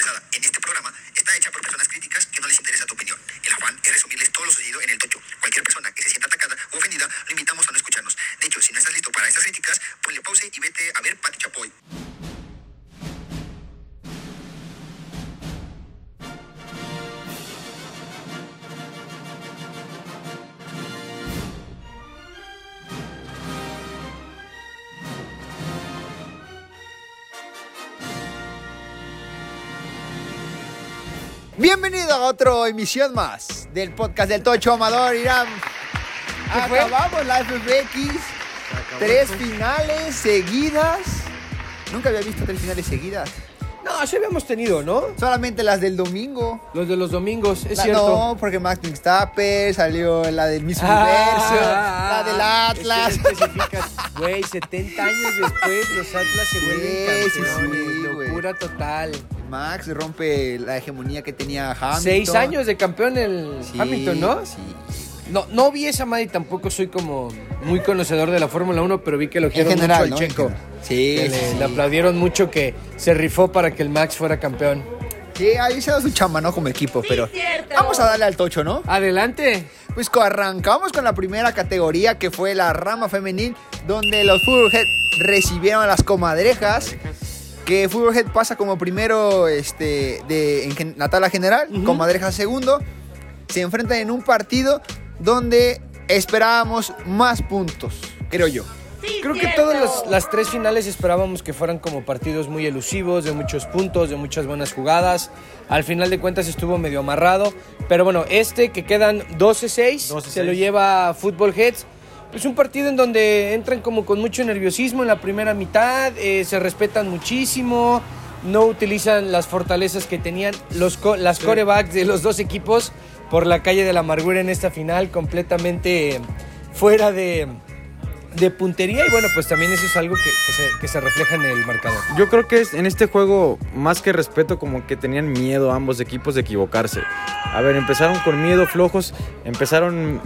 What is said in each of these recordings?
expresada en este programa está hecha por personas críticas que no les interesa tu opinión. El afán es resumirles todo lo sucedido en el tocho. Cualquier persona que se sienta atacada o ofendida, lo invitamos a no escucharnos. De hecho, si no estás listo para estas críticas, ponle pause y vete a ver Pati Chapoy. Bienvenido a otra emisión más del podcast del Tocho Amador Irán. Acabamos la FFX, 3 finales seguidas. Nunca había visto 3 finales seguidas. No, sí habíamos tenido, ¿no? Solamente las del domingo. Los de los domingos, es cierto. No, porque Max Verstappen salió la del Miss Universo, la del Atlas. Especificas, güey, 70 años después los Atlas se vuelven campeones. Sí, locura total. Max rompe la hegemonía que tenía Hamilton. 6 años de campeón el Hamilton, ¿no? Sí. No vi esa madre y tampoco soy como muy conocedor de la Fórmula 1, pero vi que elogiaron En general, mucho al ¿no? Checo. Sí, Le aplaudieron mucho que se rifó para que el Max fuera campeón. Sí, ahí se da su chamba, ¿no? Como equipo, pero vamos a darle al Tocho, ¿no? Adelante. Pues arrancamos con la primera categoría, que fue la rama femenil, donde los Futbolhead recibieron a las comadrejas. Que Futbolhead pasa como primero en la tabla general, comadrejas segundo. Se enfrentan en un partido donde esperábamos más puntos, creo yo. Creo que todas las 3 finales esperábamos que fueran como partidos muy elusivos, de muchos puntos, de muchas buenas jugadas. Al final de cuentas estuvo medio amarrado. Pero bueno, que quedan 12-6, se lo lleva Futbolheads. Es un partido en donde entran como con mucho nerviosismo en la primera mitad, se respetan muchísimo, no utilizan las fortalezas que tenían las corebacks de los dos equipos por la calle de la amargura en esta final, completamente fuera de puntería, y bueno, pues también eso es algo que se refleja en el marcador. Yo creo que en este juego, más que respeto, como que tenían miedo ambos equipos de equivocarse. A ver, empezaron con miedo, flojos, empezaron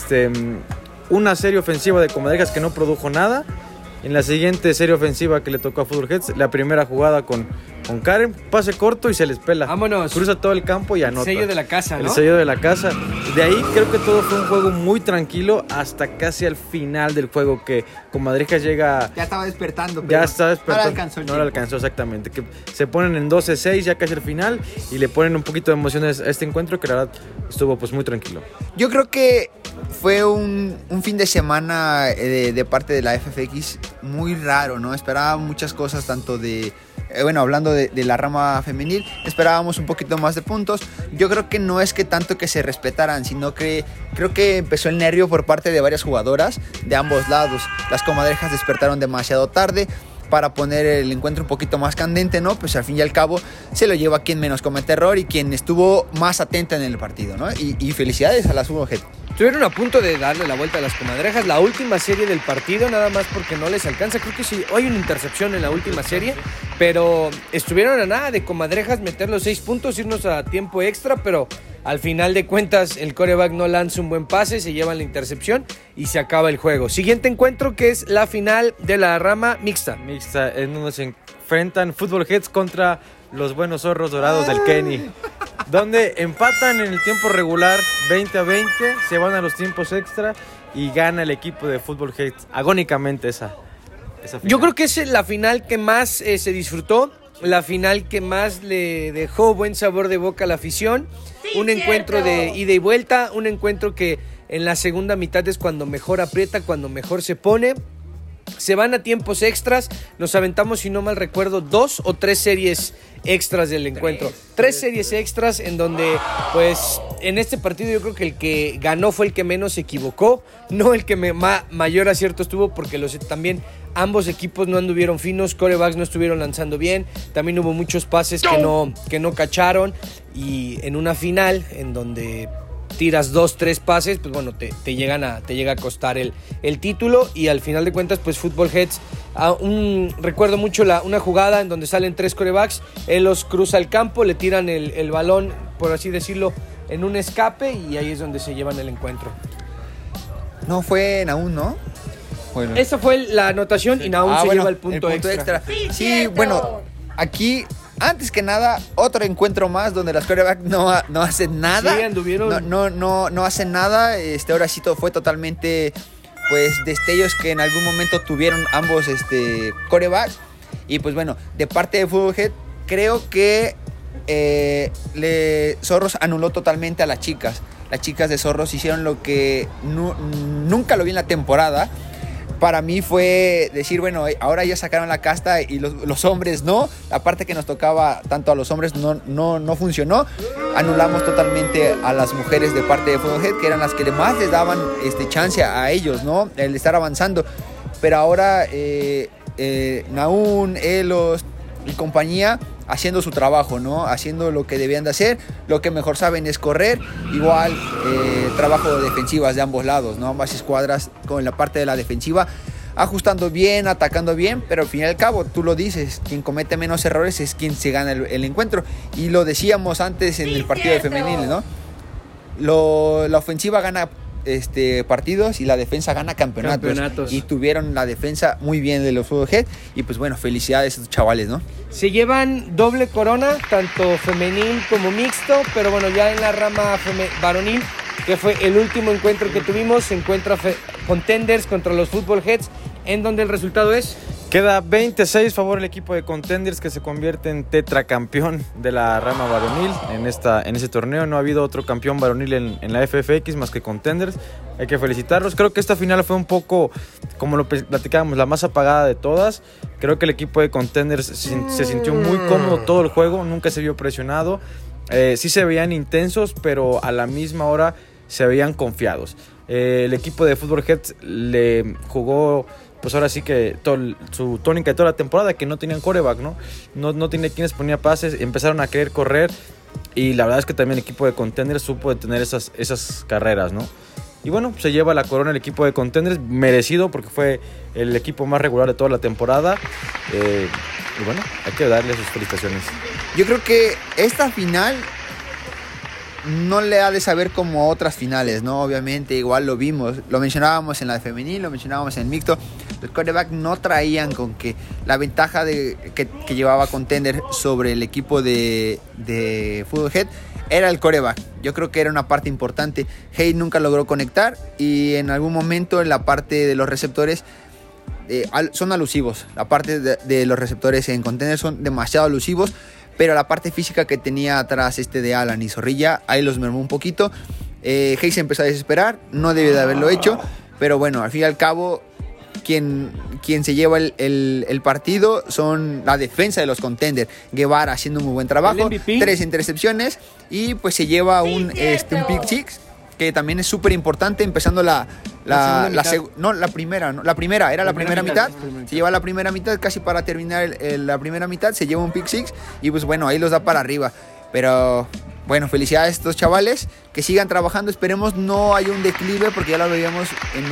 una serie ofensiva de comadrejas que no produjo nada. En la siguiente serie ofensiva que le tocó a Futbolheads, la primera jugada con Karen, pase corto y se les pela. Vámonos. Cruza todo el campo y anota. El sello de la casa, ¿no? El sello de la casa. De ahí creo que todo fue un juego muy tranquilo hasta casi al final del juego, que Comadrejas llega... Ya estaba despertando, pero ya estaba despertando. no le alcanzó, exactamente. Que se ponen en 12-6 ya casi al final y le ponen un poquito de emoción a este encuentro, que la verdad estuvo pues muy tranquilo. Yo creo que fue un fin de semana de parte de la FFX muy raro, ¿no? Esperaba muchas cosas, tanto de... hablando de la rama femenil, esperábamos un poquito más de puntos. Yo creo que no es que tanto que se respetaran, sino que creo que empezó el nervio por parte de varias jugadoras de ambos lados. Las comadrejas despertaron demasiado tarde para poner el encuentro un poquito más candente, ¿no? Pues al fin y al cabo se lo lleva quien menos comete error y quien estuvo más atenta en el partido, ¿no? Y felicidades a las Futbolhead. Estuvieron a punto de darle la vuelta a las comadrejas. La última serie del partido, nada más porque no les alcanza. Creo que sí, hay una intercepción en la última serie, pero estuvieron a nada de comadrejas meter los 6 puntos, irnos a tiempo extra, pero al final de cuentas el quarterback no lanza un buen pase, se llevan la intercepción y se acaba el juego. Siguiente encuentro, que es la final de la rama mixta. En donde se enfrentan Futbolheads contra los buenos zorros dorados del Kenny, donde empatan en el tiempo regular 20-20, se van a los tiempos extra y gana el equipo de Futbolheads agónicamente esa final. Yo creo que es la final que más se disfrutó, la final que más le dejó buen sabor de boca a la afición. Sí, un encuentro de ida y vuelta, un encuentro que en la segunda mitad es cuando mejor aprieta, cuando mejor se pone. Se van a tiempos extras, nos aventamos, si no mal recuerdo, 2 o 3 series extras del encuentro. 3 series extras en donde, pues, en este partido yo creo que el que ganó fue el que menos se equivocó, no el que mayor acierto estuvo, porque también ambos equipos no anduvieron finos, quarterbacks no estuvieron lanzando bien, también hubo muchos pases que no cacharon, y en una final en donde tiras 2-3 pases, pues bueno, te llega a costar el título. Y al final de cuentas, pues Futbolheads, recuerdo mucho una jugada en donde salen 3 quarterbacks, él los cruza el campo, le tiran el balón, por así decirlo, en un escape, y ahí es donde se llevan el encuentro. No fue en aún, ¿no? Bueno. Esa fue la anotación y Nahum se lleva el punto extra. Sí, bueno, aquí antes que nada, otro encuentro más donde las quarterbacks no hacen nada. Sí, anduvieron. No hacen nada. Ahora sí fue totalmente, pues, destellos que en algún momento tuvieron ambos quarterbacks. Y pues bueno, de parte de Football Head, creo que Zorros anuló totalmente a las chicas. Las chicas de Zorros hicieron lo que nunca lo vi en la temporada. Para mí fue decir, bueno, ahora ya sacaron la casta y los hombres no. La parte que nos tocaba tanto a los hombres no funcionó. Anulamos totalmente a las mujeres de parte de Football Head, que eran las que más les daban chance a ellos, ¿no? El estar avanzando. Pero ahora Naún, Elos y compañía haciendo su trabajo, ¿no? Haciendo lo que debían de hacer. Lo que mejor saben es correr. Igual trabajo de defensivas de ambos lados, ¿no? Ambas escuadras con la parte de la defensiva ajustando bien, atacando bien, pero al fin y al cabo, tú lo dices, quien comete menos errores es quien se gana el encuentro. Y lo decíamos antes en el partido de femenil, ¿no? La ofensiva gana partidos y la defensa gana campeonatos. Y tuvieron la defensa muy bien de los Football Head. Y pues bueno, felicidades a estos chavales, ¿no? Se llevan doble corona, tanto femenil como mixto, pero bueno, ya en la rama varonil, que fue el último encuentro que tuvimos, se encuentra Contenders contra los Football Heads, en donde el resultado es... Queda 26 favor el equipo de Contenders, que se convierte en tetracampeón de la rama varonil en ese torneo. No ha habido otro campeón varonil en la FFX más que Contenders. Hay que felicitarlos. Creo que esta final fue un poco, como lo platicábamos, la más apagada de todas. Creo que el equipo de Contenders se sintió muy cómodo todo el juego, nunca se vio presionado. Sí se veían intensos, pero a la misma hora se veían confiados. El equipo de Football Heads le jugó... pues ahora sí que su tónica de toda la temporada, que no tenían quarterback, ¿no? No tenía quienes ponía pases, empezaron a querer correr, y la verdad es que también el equipo de Contenders supo detener esas carreras, ¿no? Y bueno, se lleva la corona el equipo de Contenders, merecido, porque fue el equipo más regular de toda la temporada. Y bueno, hay que darle sus felicitaciones. Yo creo que esta final no le ha de saber como otras finales, ¿no? Obviamente, igual lo vimos, lo mencionábamos en la femenil, lo mencionábamos en el mixto. Los quarterbacks no traían con que la ventaja que llevaba Contender sobre el equipo de Football Head era el quarterback. Yo creo que era una parte importante. Hayes nunca logró conectar, y en algún momento en la parte de los receptores son alusivos. La parte de los receptores en Contender son demasiado alusivos, pero la parte física que tenía atrás de Alan y Zorrilla, ahí los mermó un poquito. Hayes empezó a desesperar, no debió de haberlo hecho, pero bueno, al fin y al cabo, quien se lleva el partido son la defensa de los Contenders. Guevara haciendo un muy buen trabajo, 3 intercepciones, y pues se lleva un pick six, que también es súper importante, empezando la primera mitad. Se lleva la primera mitad, casi para terminar la primera mitad, se lleva un pick six, y pues bueno, ahí los da para arriba. Pero bueno, felicidades a estos chavales, que sigan trabajando. Esperemos no haya un declive, porque ya lo veíamos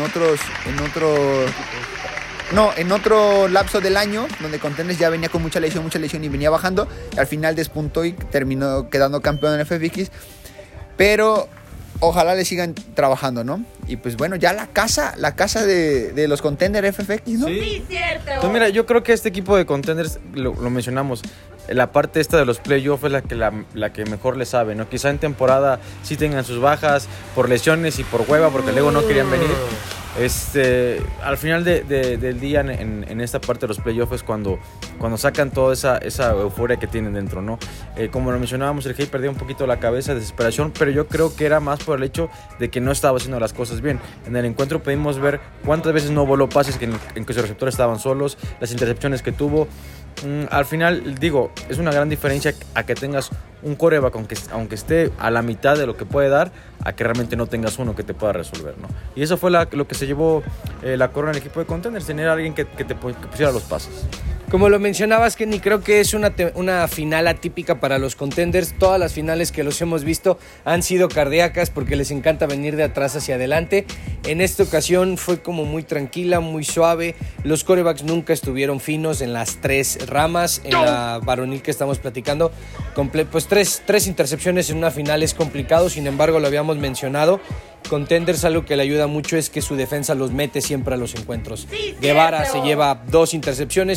en otro lapso del año, donde Contenders ya venía con mucha lesión y venía bajando. Al final despuntó y terminó quedando campeón en FFX. Pero ojalá le sigan trabajando, ¿no? Y pues bueno, ya la casa de los Contenders FFX, ¿no? Sí, cierto. Pues mira, yo creo que este equipo de Contenders, lo mencionamos, la parte esta de los playoffs es la que mejor le sabe, ¿no? Quizá en temporada sí tengan sus bajas por lesiones y por hueva, porque luego no querían venir. Al final del día en esta parte de los playoffs es cuando sacan toda esa euforia que tienen dentro, ¿no? Como lo mencionábamos, el Hey perdió un poquito la cabeza, desesperación, pero yo creo que era más por el hecho de que no estaba haciendo las cosas bien. En el encuentro pudimos ver cuántas veces no voló pases en que sus receptores estaban solos, las intercepciones que tuvo. Al final, digo, es una gran diferencia a que tengas un quarterback aunque esté a la mitad de lo que puede dar, a que realmente no tengas uno que te pueda resolver, ¿no? Y eso fue lo que se llevó la corona del equipo de Contenders, tener a alguien que pusiera los pases. Como lo mencionabas, Kenny, creo que es una final atípica para los Contenders. Todas las finales que los hemos visto han sido cardíacas, porque les encanta venir de atrás hacia adelante. En esta ocasión fue como muy tranquila, muy suave. Los quarterbacks nunca estuvieron finos en las 3 ramas. En la varonil que estamos platicando, pues tres intercepciones en una final es complicado. Sin embargo, lo habíamos mencionado, Contenders, algo que le ayuda mucho es que su defensa los mete siempre a los encuentros. Sí, Guevara se lleva 2 intercepciones, se lleva un pick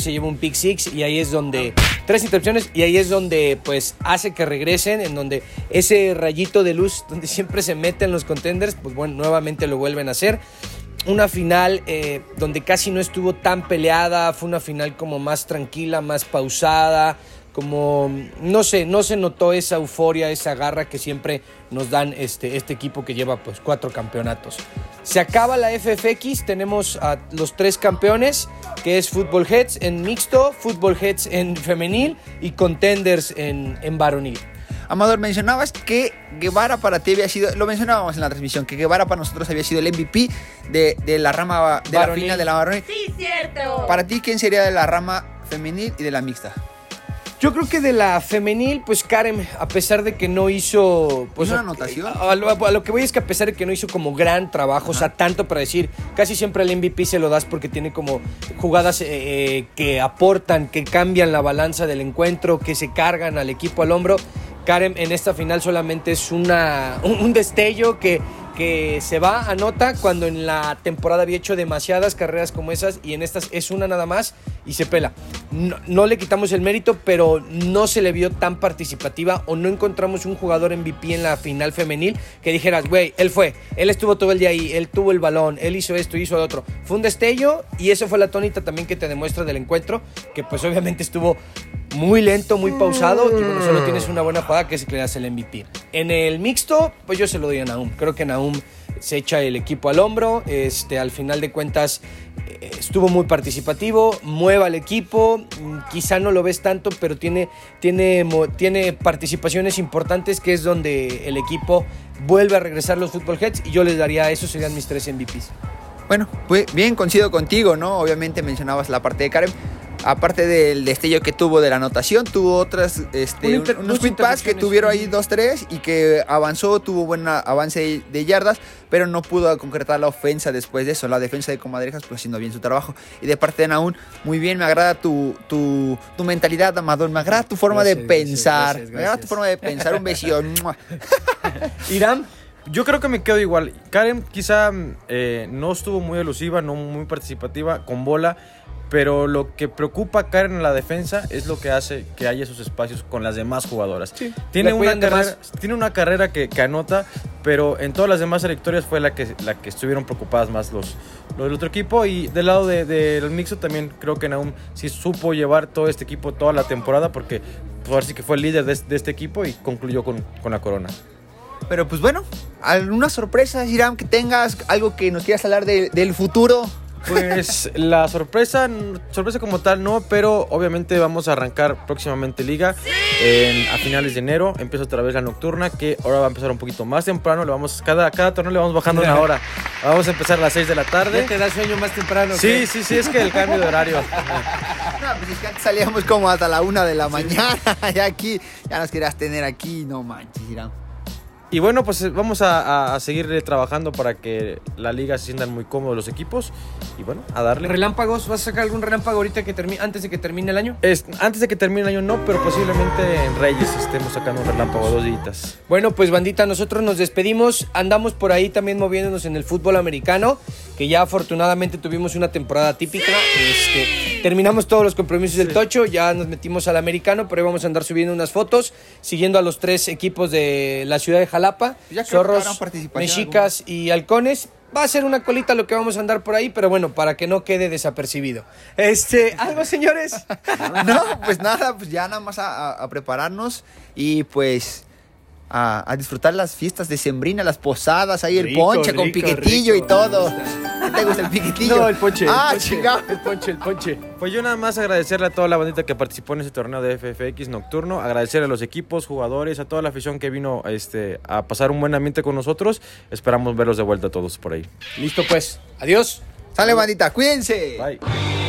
pick six y ahí es donde 3 intercepciones y ahí es donde pues hace que regresen, en donde ese rayito de luz donde siempre se meten los contenders, pues bueno, nuevamente lo vuelven a hacer. Una final donde casi no estuvo tan peleada, fue una final como más tranquila, más pausada, como no se notó esa euforia, esa garra que siempre nos dan este equipo que lleva pues 4 campeonatos. Se acaba la FFX, tenemos a los 3 campeones, que es Football Heads en mixto, Football Heads en femenil y Contenders en varonil. Amador, mencionabas que Guevara para ti había sido, lo mencionábamos en la transmisión, que Guevara para nosotros había sido el MVP de la rama de varonil. La final de la varonil. Sí, cierto. Para ti, ¿quién sería de la rama femenil y de la mixta? Yo creo que de la femenil, pues Karen, a pesar de que no hizo... Pues, ¿una anotación? A lo que voy es que a pesar de que no hizo como gran trabajo, o sea, tanto para decir, casi siempre el MVP se lo das porque tiene como jugadas que aportan, que cambian la balanza del encuentro, que se cargan al equipo al hombro. Karen en esta final solamente es un destello que se va, anota, cuando en la temporada había hecho demasiadas carreras como esas y en estas es una nada más y se pela. No le quitamos el mérito, pero no se le vio tan participativa o no encontramos un jugador MVP en la final femenil que dijeras, güey, él estuvo todo el día ahí, él tuvo el balón, él hizo esto, hizo lo otro. Fue un destello y eso fue la tónica también que te demuestra del encuentro, que pues obviamente estuvo muy lento, muy pausado y bueno, solo tienes una buena jugada que es que le das el MVP. En el mixto, pues yo se lo doy a Nahum. Creo que Nahum se echa el equipo al hombro, al final de cuentas estuvo muy participativo, mueve al equipo, quizá no lo ves tanto, pero tiene participaciones importantes, que es donde el equipo vuelve a regresar los Football Heads y yo les daría, esos serían mis 3 MVPs. Bueno, pues bien, coincido contigo, ¿no? Obviamente mencionabas la parte de Karen. Aparte del destello que tuvo de la anotación, tuvo otras, unos quick pass que tuvieron ahí 2-3 y que avanzó, tuvo buen avance de yardas, pero no pudo concretar la ofensa después de eso. La defensa de Comadrejas pues haciendo bien su trabajo. Y de parte de Nahum, muy bien, me agrada tu mentalidad, Amador, me agrada tu forma de pensar. Gracias. Me agrada tu forma de pensar, un besillo. Irán. Yo creo que me quedo igual. Karen quizá no estuvo muy elusiva, no muy participativa con bola, pero lo que preocupa a Karen en la defensa es lo que hace que haya esos espacios con las demás jugadoras. Sí, tiene una carrera que anota, pero en todas las demás trayectorias fue la que estuvieron preocupadas más los del otro equipo. Y del lado del mixto también creo que Nahum sí supo llevar todo este equipo toda la temporada, porque pues, ahora sí que fue el líder de este equipo y concluyó con la corona. Pero pues bueno, ¿alguna sorpresa, Hiram, que tengas? ¿Algo que nos quieras hablar del futuro? Pues la sorpresa como tal no, pero obviamente vamos a arrancar próximamente liga a finales de enero. Empieza otra vez la nocturna, que ahora va a empezar un poquito más temprano. Cada torneo le vamos bajando una hora. Vamos a empezar a las 6 de la tarde. ¿Ya te da sueño más temprano? Sí, es que el cambio de horario. No, pues es que antes salíamos como hasta la 1 de la mañana. Y aquí ya nos querías tener aquí, no manches, Hiram. Y bueno, pues vamos a seguir trabajando para que la liga se sientan muy cómodos los equipos. Y bueno, a darle. ¿Relámpagos? ¿Vas a sacar algún relámpago ahorita antes de que termine el año? Antes de que termine el año no, pero posiblemente en Reyes estemos sacando un relámpago 2 días. Bueno, pues bandita, nosotros nos despedimos. Andamos por ahí también moviéndonos en el fútbol americano, que ya afortunadamente tuvimos una temporada típica. Terminamos todos los compromisos del Tocho, ya nos metimos al americano, pero hoy vamos a andar subiendo unas fotos, siguiendo a los 3 equipos de la ciudad de Jalapa, Zorros, Mexicas y Halcones. Va a ser una colita lo que vamos a andar por ahí, pero bueno, para que no quede desapercibido. ¿Algo, señores? No, pues nada, pues ya nada más a prepararnos y pues a disfrutar las fiestas decembrinas, las posadas, ahí el ponche con piquetillo y todo. ¿Qué te gusta el piquetillo? No, el ponche. Chingado. El ponche. Pues yo nada más agradecerle a toda la bandita que participó en ese torneo de FFX nocturno, agradecerle a los equipos, jugadores, a toda la afición que vino a pasar un buen ambiente con nosotros. Esperamos verlos de vuelta todos por ahí. Listo pues, adiós. Sale bandita, cuídense. Bye.